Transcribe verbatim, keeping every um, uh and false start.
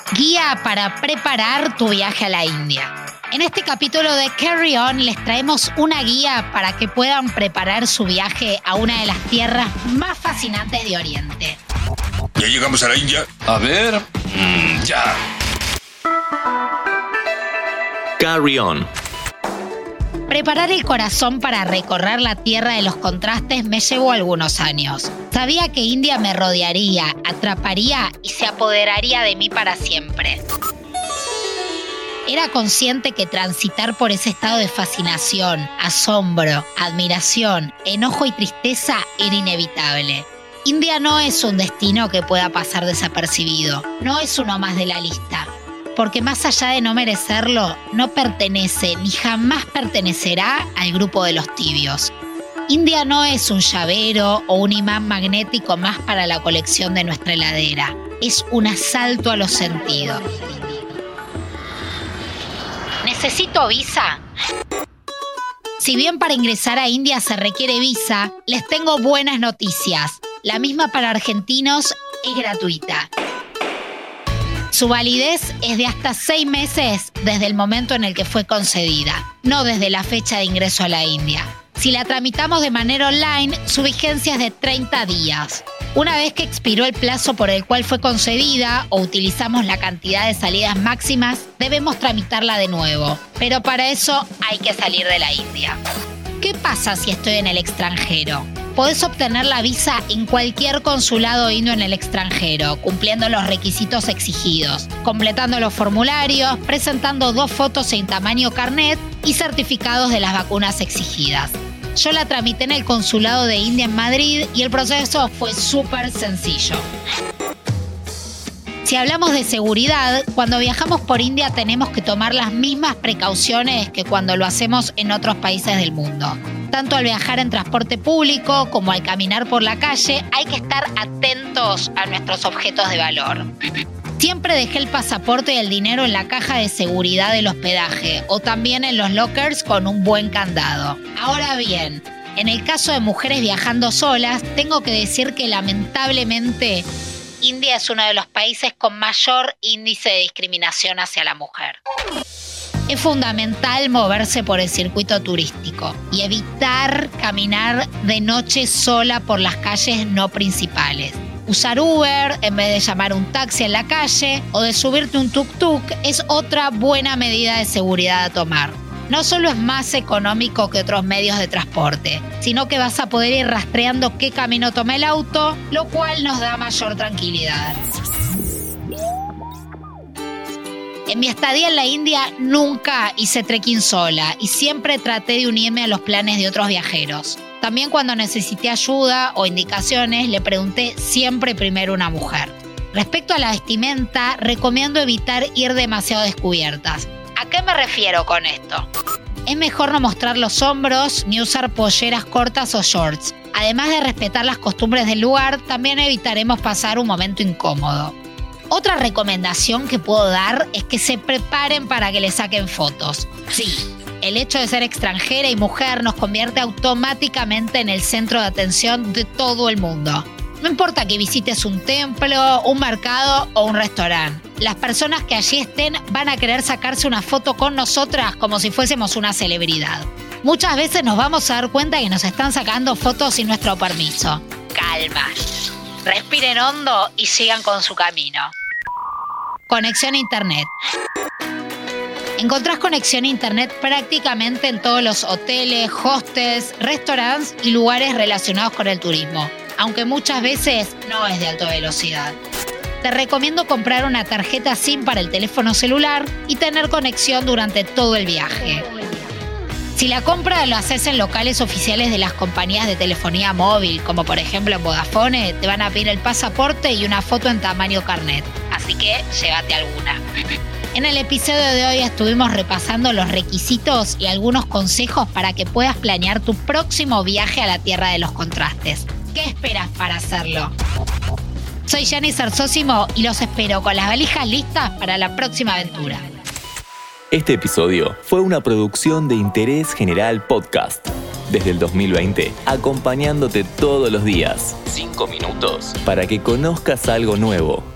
Guía para preparar tu viaje a la India. En este capítulo de Carry On les traemos una guía para que puedan preparar su viaje a una de las tierras más fascinantes de Oriente. ¿Ya llegamos a la India? A ver... Mm, ya. Carry On. Preparar el corazón para recorrer la tierra de los contrastes me llevó algunos años. Sabía que India me rodearía, atraparía y se apoderaría de mí para siempre. Era consciente que transitar por ese estado de fascinación, asombro, admiración, enojo y tristeza era inevitable. India no es un destino que pueda pasar desapercibido, no es uno más de la lista. Porque más allá de no merecerlo, no pertenece ni jamás pertenecerá al grupo de los tibios. India no es un llavero o un imán magnético más para la colección de nuestra heladera. Es un asalto a los sentidos. ¿Necesito visa? Si bien para ingresar a India se requiere visa, les tengo buenas noticias. La misma para argentinos es gratuita. Su validez es de hasta seis meses desde el momento en el que fue concedida, no desde la fecha de ingreso a la India. Si la tramitamos de manera online, su vigencia es de treinta días. Una vez que expiró el plazo por el cual fue concedida o utilizamos la cantidad de salidas máximas, debemos tramitarla de nuevo. Pero para eso hay que salir de la India. ¿Qué pasa si estoy en el extranjero? Podés obtener la visa en cualquier consulado indio en el extranjero, cumpliendo los requisitos exigidos, completando los formularios, presentando dos fotos en tamaño carnet y certificados de las vacunas exigidas. Yo la tramité en el consulado de India en Madrid y el proceso fue súper sencillo. Si hablamos de seguridad, cuando viajamos por India tenemos que tomar las mismas precauciones que cuando lo hacemos en otros países del mundo. Tanto al viajar en transporte público como al caminar por la calle, hay que estar atentos a nuestros objetos de valor. Siempre dejé el pasaporte y el dinero en la caja de seguridad del hospedaje o también en los lockers con un buen candado. Ahora bien, en el caso de mujeres viajando solas, tengo que decir que lamentablemente India es uno de los países con mayor índice de discriminación hacia la mujer. Es fundamental moverse por el circuito turístico y evitar caminar de noche sola por las calles no principales. Usar Uber en vez de llamar un taxi en la calle o de subirte un tuk-tuk es otra buena medida de seguridad a tomar. No solo es más económico que otros medios de transporte, sino que vas a poder ir rastreando qué camino toma el auto, lo cual nos da mayor tranquilidad. En mi estadía en la India nunca hice trekking sola y siempre traté de unirme a los planes de otros viajeros. También cuando necesité ayuda o indicaciones le pregunté siempre primero a una mujer. Respecto a la vestimenta, recomiendo evitar ir demasiado descubiertas. ¿A qué me refiero con esto? Es mejor no mostrar los hombros ni usar polleras cortas o shorts. Además de respetar las costumbres del lugar, también evitaremos pasar un momento incómodo. Otra recomendación que puedo dar es que se preparen para que les saquen fotos. Sí, el hecho de ser extranjera y mujer nos convierte automáticamente en el centro de atención de todo el mundo. No importa que visites un templo, un mercado o un restaurante. Las personas que allí estén van a querer sacarse una foto con nosotras como si fuésemos una celebridad. Muchas veces nos vamos a dar cuenta que nos están sacando fotos sin nuestro permiso. Calma. Respiren hondo y sigan con su camino. Conexión a Internet. Encontrás conexión a Internet prácticamente en todos los hoteles, hostels, restaurantes y lugares relacionados con el turismo, aunque muchas veces no es de alta velocidad. Te recomiendo comprar una tarjeta SIM para el teléfono celular y tener conexión durante todo el viaje. Si la compra lo haces en locales oficiales de las compañías de telefonía móvil, como por ejemplo en Vodafone, te van a pedir el pasaporte y una foto en tamaño carnet. Así que llévate alguna. En el episodio de hoy estuvimos repasando los requisitos y algunos consejos para que puedas planear tu próximo viaje a la Tierra de los Contrastes. ¿Qué esperas para hacerlo? Soy Yanni Sarsósimo y los espero con las valijas listas para la próxima aventura. Este episodio fue una producción de Interés General Podcast. Desde el dos mil veinte, acompañándote todos los días. Cinco minutos para que conozcas algo nuevo.